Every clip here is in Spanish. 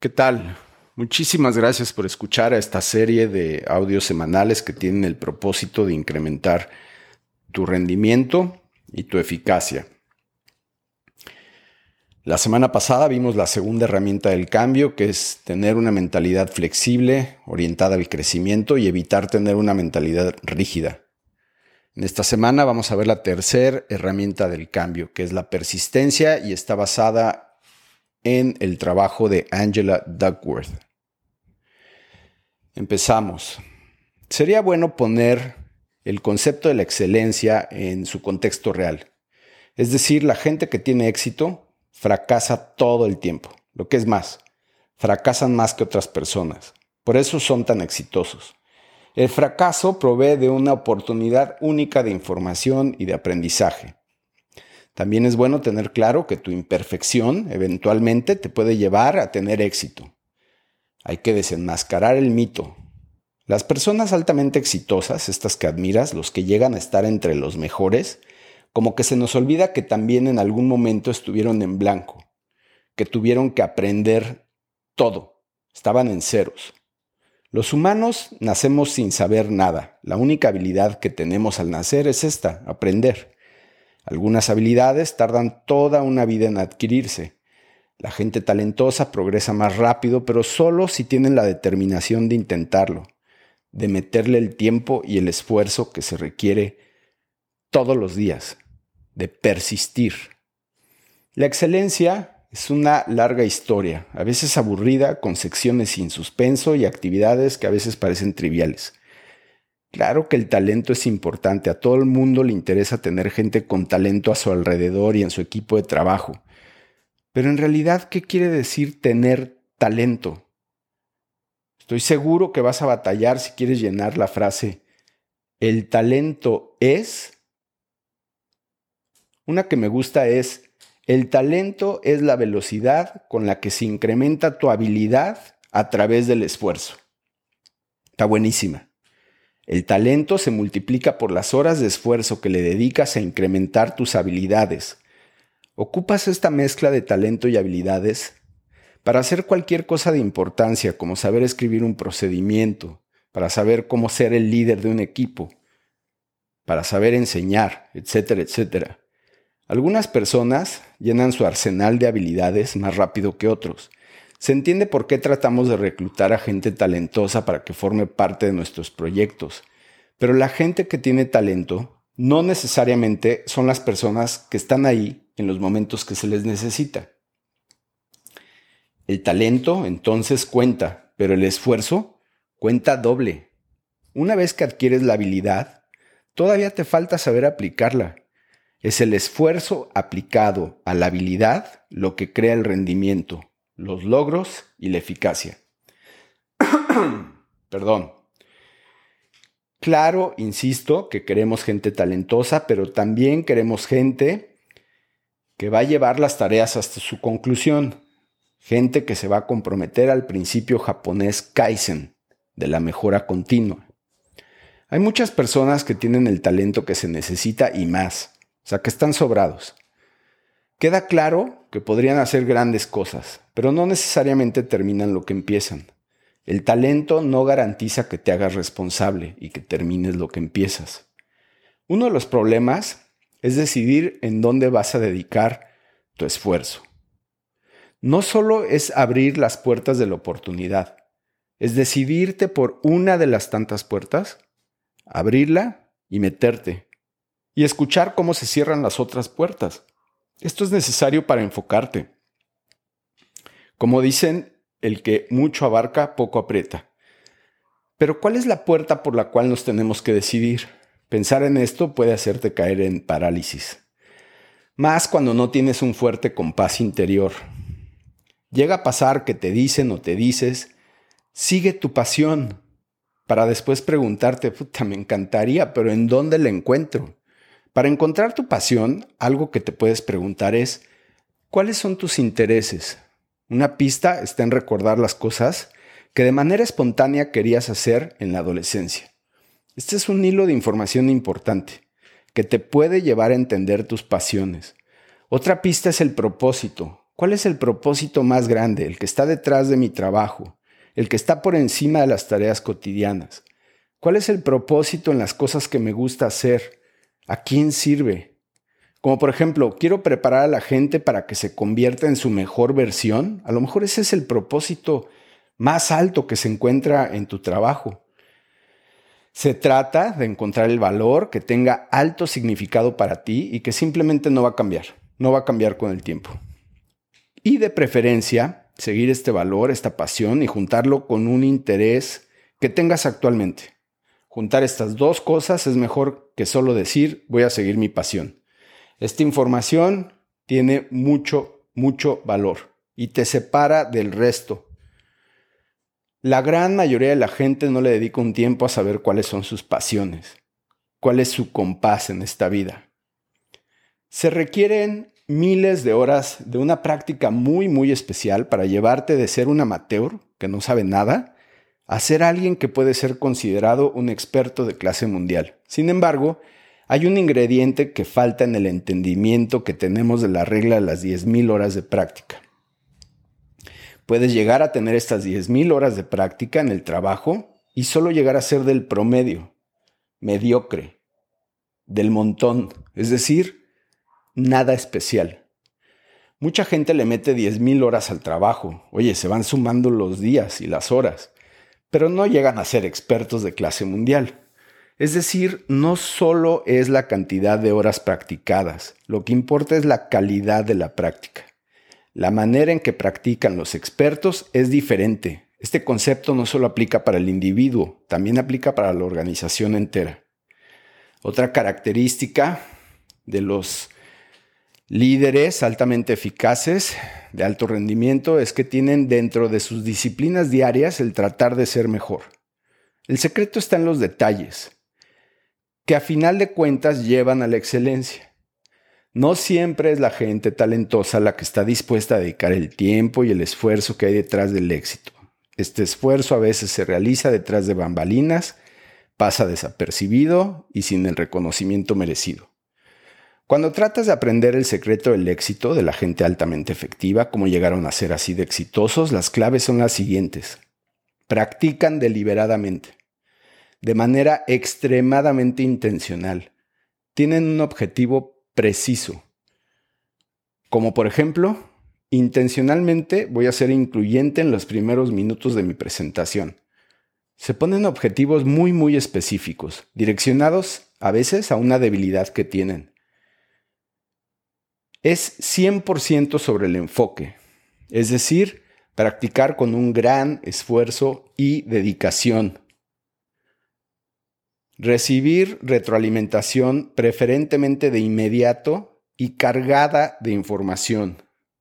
¿Qué tal? Muchísimas gracias por escuchar a esta serie de audios semanales que tienen el propósito de incrementar tu rendimiento y tu eficacia. La semana pasada vimos la segunda herramienta del cambio, que es tener una mentalidad flexible, orientada al crecimiento y evitar tener una mentalidad rígida. En esta semana vamos a ver la tercera herramienta del cambio, que es la persistencia y está basada en el trabajo de Angela Duckworth. Empezamos. Sería bueno poner el concepto de la excelencia en su contexto real. Es decir, la gente que tiene éxito fracasa todo el tiempo. Lo que es más, fracasan más que otras personas. Por eso son tan exitosos. El fracaso provee de una oportunidad única de información y de aprendizaje. También es bueno tener claro que tu imperfección eventualmente te puede llevar a tener éxito. Hay que desenmascarar el mito. Las personas altamente exitosas, estas que admiras, los que llegan a estar entre los mejores, como que se nos olvida que también en algún momento estuvieron en blanco, que tuvieron que aprender todo, estaban en ceros. Los humanos nacemos sin saber nada. La única habilidad que tenemos al nacer es esta, aprender. Algunas habilidades tardan toda una vida en adquirirse. La gente talentosa progresa más rápido, pero solo si tienen la determinación de intentarlo, de meterle el tiempo y el esfuerzo que se requiere todos los días, de persistir. La excelencia es una larga historia, a veces aburrida, con secciones sin suspenso y actividades que a veces parecen triviales. Claro que el talento es importante, a todo el mundo le interesa tener gente con talento a su alrededor y en su equipo de trabajo. Pero en realidad, ¿qué quiere decir tener talento? Estoy seguro que vas a batallar si quieres llenar la frase ¿el talento es? Una que me gusta es el talento es la velocidad con la que se incrementa tu habilidad a través del esfuerzo. Está buenísima. El talento se multiplica por las horas de esfuerzo que le dedicas a incrementar tus habilidades. Ocupas esta mezcla de talento y habilidades para hacer cualquier cosa de importancia, como saber escribir un procedimiento, para saber cómo ser el líder de un equipo, para saber enseñar, etcétera, etcétera. Algunas personas llenan su arsenal de habilidades más rápido que otros. Se entiende por qué tratamos de reclutar a gente talentosa para que forme parte de nuestros proyectos. Pero la gente que tiene talento no necesariamente son las personas que están ahí en los momentos que se les necesita. El talento entonces cuenta, pero el esfuerzo cuenta doble. Una vez que adquieres la habilidad, todavía te falta saber aplicarla. Es el esfuerzo aplicado a la habilidad lo que crea el rendimiento, los logros y la eficacia. Perdón. Claro, insisto, que queremos gente talentosa, pero también queremos gente que va a llevar las tareas hasta su conclusión. Gente que se va a comprometer al principio japonés Kaizen, de la mejora continua. Hay muchas personas que tienen el talento que se necesita y más, o sea que están sobrados. Queda claro que podrían hacer grandes cosas, pero no necesariamente terminan lo que empiezan. El talento no garantiza que te hagas responsable y que termines lo que empiezas. Uno de los problemas es decidir en dónde vas a dedicar tu esfuerzo. No solo es abrir las puertas de la oportunidad, es decidirte por una de las tantas puertas, abrirla y meterte, y escuchar cómo se cierran las otras puertas. Esto es necesario para enfocarte. Como dicen, el que mucho abarca, poco aprieta. Pero ¿cuál es la puerta por la cual nos tenemos que decidir? Pensar en esto puede hacerte caer en parálisis. Más cuando no tienes un fuerte compás interior. Llega a pasar que te dicen o te dices, sigue tu pasión, para después preguntarte, me encantaría, pero ¿en dónde la encuentro? Para encontrar tu pasión, algo que te puedes preguntar es, ¿cuáles son tus intereses? Una pista está en recordar las cosas que de manera espontánea querías hacer en la adolescencia. Este es un hilo de información importante que te puede llevar a entender tus pasiones. Otra pista es el propósito. ¿Cuál es el propósito más grande, el que está detrás de mi trabajo, el que está por encima de las tareas cotidianas? ¿Cuál es el propósito en las cosas que me gusta hacer? ¿A quién sirve? Como por ejemplo, quiero preparar a la gente para que se convierta en su mejor versión. A lo mejor ese es el propósito más alto que se encuentra en tu trabajo. Se trata de encontrar el valor que tenga alto significado para ti y que simplemente no va a cambiar con el tiempo. Y de preferencia, seguir este valor, esta pasión y juntarlo con un interés que tengas actualmente. Juntar estas dos cosas es mejor que solo decir voy a seguir mi pasión. Esta información tiene mucho valor y te separa del resto. La gran mayoría de la gente no le dedica un tiempo a saber cuáles son sus pasiones, cuál es su compás en esta vida. Se requieren miles de horas de una práctica muy especial para llevarte de ser un amateur que no sabe nada a ser alguien que puede ser considerado un experto de clase mundial. Sin embargo, hay un ingrediente que falta en el entendimiento que tenemos de la regla de las 10,000 horas de práctica. Puedes llegar a tener estas 10,000 horas de práctica en el trabajo y solo llegar a ser del promedio, mediocre, del montón, es decir, nada especial. Mucha gente le mete 10,000 horas al trabajo. Oye, se van sumando los días y las horas, pero no llegan a ser expertos de clase mundial. Es decir, no solo es la cantidad de horas practicadas, lo que importa es la calidad de la práctica. La manera en que practican los expertos es diferente. Este concepto no solo aplica para el individuo, también aplica para la organización entera. Otra característica de los líderes altamente eficaces, de alto rendimiento, es que tienen dentro de sus disciplinas diarias el tratar de ser mejor. El secreto está en los detalles, que a final de cuentas llevan a la excelencia. No siempre es la gente talentosa la que está dispuesta a dedicar el tiempo y el esfuerzo que hay detrás del éxito. Este esfuerzo a veces se realiza detrás de bambalinas, pasa desapercibido y sin el reconocimiento merecido. Cuando tratas de aprender el secreto del éxito de la gente altamente efectiva, cómo llegaron a ser así de exitosos, las claves son las siguientes. Practican deliberadamente, de manera extremadamente intencional. Tienen un objetivo preciso. Como por ejemplo, intencionalmente voy a ser incluyente en los primeros minutos de mi presentación. Se ponen objetivos muy específicos, direccionados a veces a una debilidad que tienen. Es 100% sobre el enfoque, es decir, practicar con un gran esfuerzo y dedicación. Recibir retroalimentación preferentemente de inmediato y cargada de información.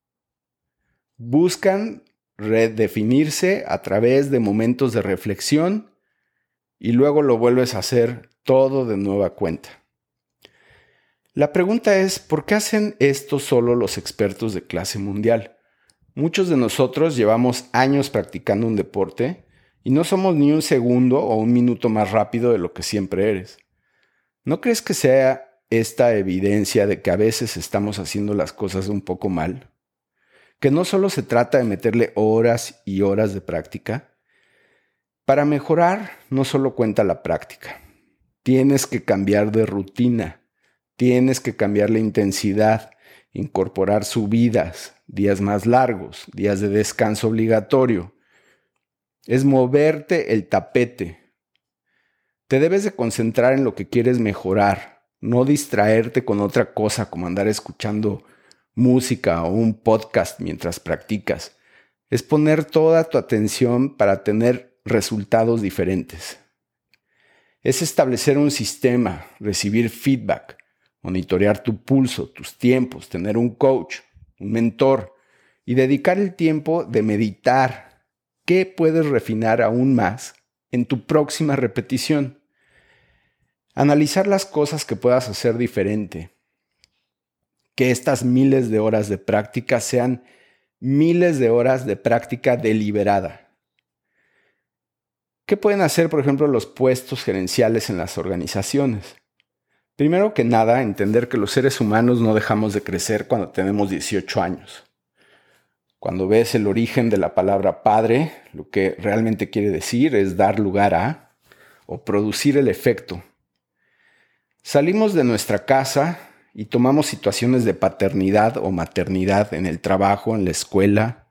Buscan redefinirse a través de momentos de reflexión y luego lo vuelves a hacer todo de nueva cuenta. La pregunta es, ¿por qué hacen esto solo los expertos de clase mundial? Muchos de nosotros llevamos años practicando un deporte y no somos ni un segundo o un minuto más rápido de lo que siempre eres. ¿No crees que sea esta evidencia de que a veces estamos haciendo las cosas un poco mal? Que no solo se trata de meterle horas y horas de práctica. Para mejorar no solo cuenta la práctica. Tienes que cambiar de rutina. Tienes que cambiar la intensidad, incorporar subidas, días más largos, días de descanso obligatorio. Es moverte el tapete. Te debes de concentrar en lo que quieres mejorar, no distraerte con otra cosa como andar escuchando música o un podcast mientras practicas. Es poner toda tu atención para tener resultados diferentes. Es establecer un sistema, recibir feedback, monitorear tu pulso, tus tiempos, tener un coach, un mentor y dedicar el tiempo de meditar. ¿Qué puedes refinar aún más en tu próxima repetición? Analizar las cosas que puedas hacer diferente. Que estas miles de horas de práctica sean miles de horas de práctica deliberada. ¿Qué pueden hacer, por ejemplo, los puestos gerenciales en las organizaciones? Primero que nada, entender que los seres humanos no dejamos de crecer cuando tenemos 18 años. Cuando ves el origen de la palabra padre, lo que realmente quiere decir es dar lugar a o producir el efecto. Salimos de nuestra casa y tomamos situaciones de paternidad o maternidad en el trabajo, en la escuela.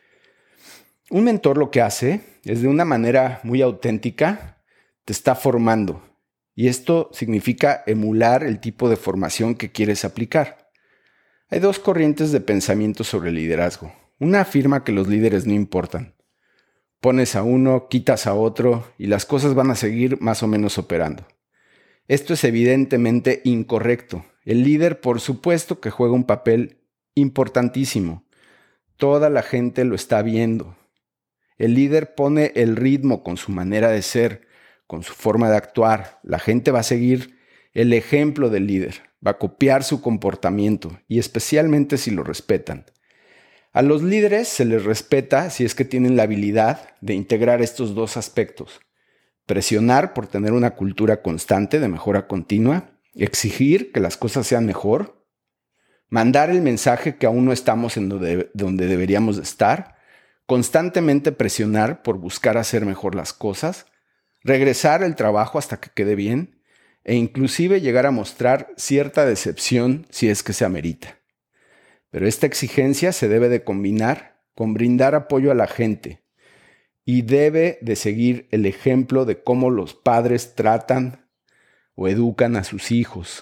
Un mentor lo que hace es de una manera muy auténtica, te está formando. Y esto significa emular el tipo de formación que quieres aplicar. Hay dos corrientes de pensamiento sobre el liderazgo. Una afirma que los líderes no importan. Pones a uno, quitas a otro y las cosas van a seguir más o menos operando. Esto es evidentemente incorrecto. El líder, por supuesto, que juega un papel importantísimo. Toda la gente lo está viendo. El líder pone el ritmo con su manera de ser, con su forma de actuar. La gente va a seguir el ejemplo del líder, va a copiar su comportamiento y especialmente si lo respetan. A los líderes se les respeta si es que tienen la habilidad de integrar estos dos aspectos. Presionar por tener una cultura constante de mejora continua, exigir que las cosas sean mejor, mandar el mensaje que aún no estamos en donde deberíamos de estar, constantemente presionar por buscar hacer mejor las cosas, regresar el trabajo hasta que quede bien e inclusive llegar a mostrar cierta decepción si es que se amerita. Pero esta exigencia se debe de combinar con brindar apoyo a la gente y debe de seguir el ejemplo de cómo los padres tratan o educan a sus hijos.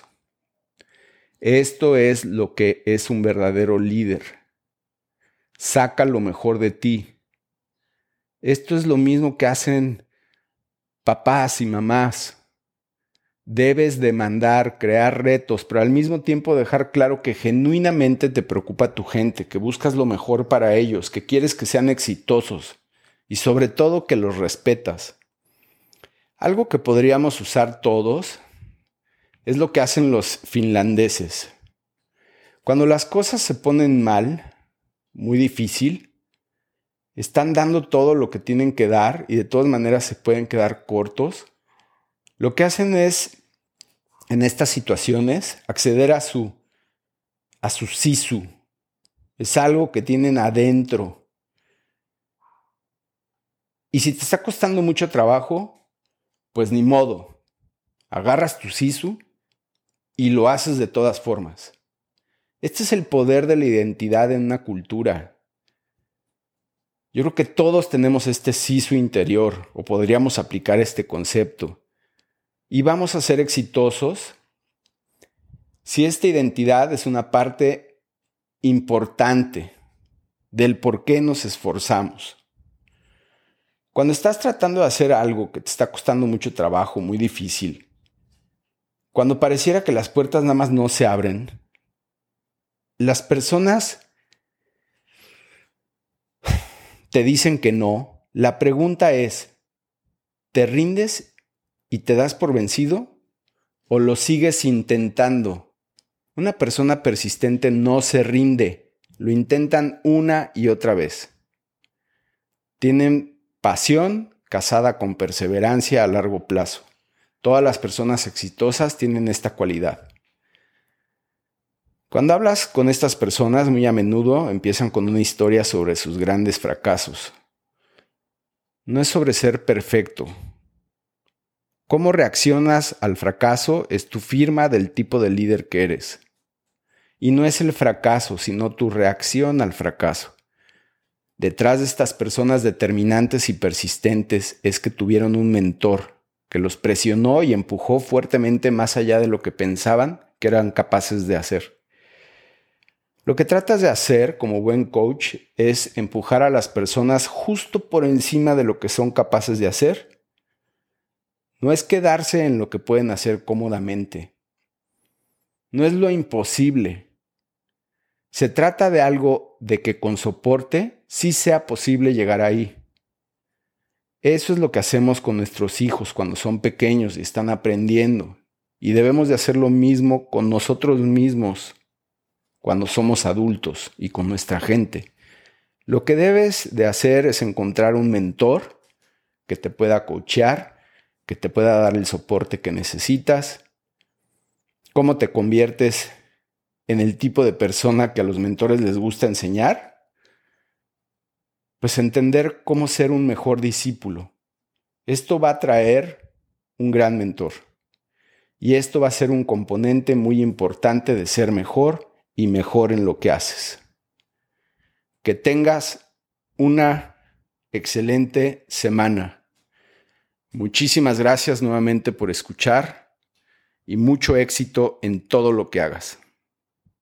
Esto es lo que es un verdadero líder. Saca lo mejor de ti. Esto es lo mismo que hacen papás y mamás. Debes demandar, crear retos, pero al mismo tiempo dejar claro que genuinamente te preocupa tu gente, que buscas lo mejor para ellos, que quieres que sean exitosos y sobre todo que los respetas. Algo que podríamos usar todos es lo que hacen los finlandeses. Cuando las cosas se ponen mal, muy difícil, están dando todo lo que tienen que dar y de todas maneras se pueden quedar cortos. Lo que hacen es, en estas situaciones, acceder a su sisu. Es algo que tienen adentro. Y si te está costando mucho trabajo, pues ni modo. Agarras tu sisu y lo haces de todas formas. Este es el poder de la identidad en una cultura. Yo creo que todos tenemos este sisu interior, o podríamos aplicar este concepto. Y vamos a ser exitosos si esta identidad es una parte importante del por qué nos esforzamos. Cuando estás tratando de hacer algo que te está costando mucho trabajo, muy difícil, cuando pareciera que las puertas nada más no se abren, las personas te dicen que no. La pregunta es, ¿te rindes y te das por vencido o lo sigues intentando? Una persona persistente no se rinde, lo intentan una y otra vez. Tienen pasión casada con perseverancia a largo plazo. Todas las personas exitosas tienen esta cualidad. Cuando hablas con estas personas, muy a menudo empiezan con una historia sobre sus grandes fracasos. No es sobre ser perfecto. Cómo reaccionas al fracaso es tu firma del tipo de líder que eres. Y no es el fracaso, sino tu reacción al fracaso. Detrás de estas personas determinantes y persistentes es que tuvieron un mentor que los presionó y empujó fuertemente más allá de lo que pensaban que eran capaces de hacer. Lo que tratas de hacer como buen coach es empujar a las personas justo por encima de lo que son capaces de hacer. No es quedarse en lo que pueden hacer cómodamente. No es lo imposible. Se trata de algo de que con soporte sí sea posible llegar ahí. Eso es lo que hacemos con nuestros hijos cuando son pequeños y están aprendiendo. Y debemos de hacer lo mismo con nosotros mismos cuando somos adultos y con nuestra gente. Lo que debes de hacer es encontrar un mentor que te pueda coachear, que te pueda dar el soporte que necesitas. ¿Cómo te conviertes en el tipo de persona que a los mentores les gusta enseñar? pues entender cómo ser un mejor discípulo. Esto va a traer un gran mentor. Y esto va a ser un componente muy importante de ser mejor y mejor en lo que haces. Que tengas una excelente semana. Muchísimas gracias nuevamente por escuchar y mucho éxito en todo lo que hagas.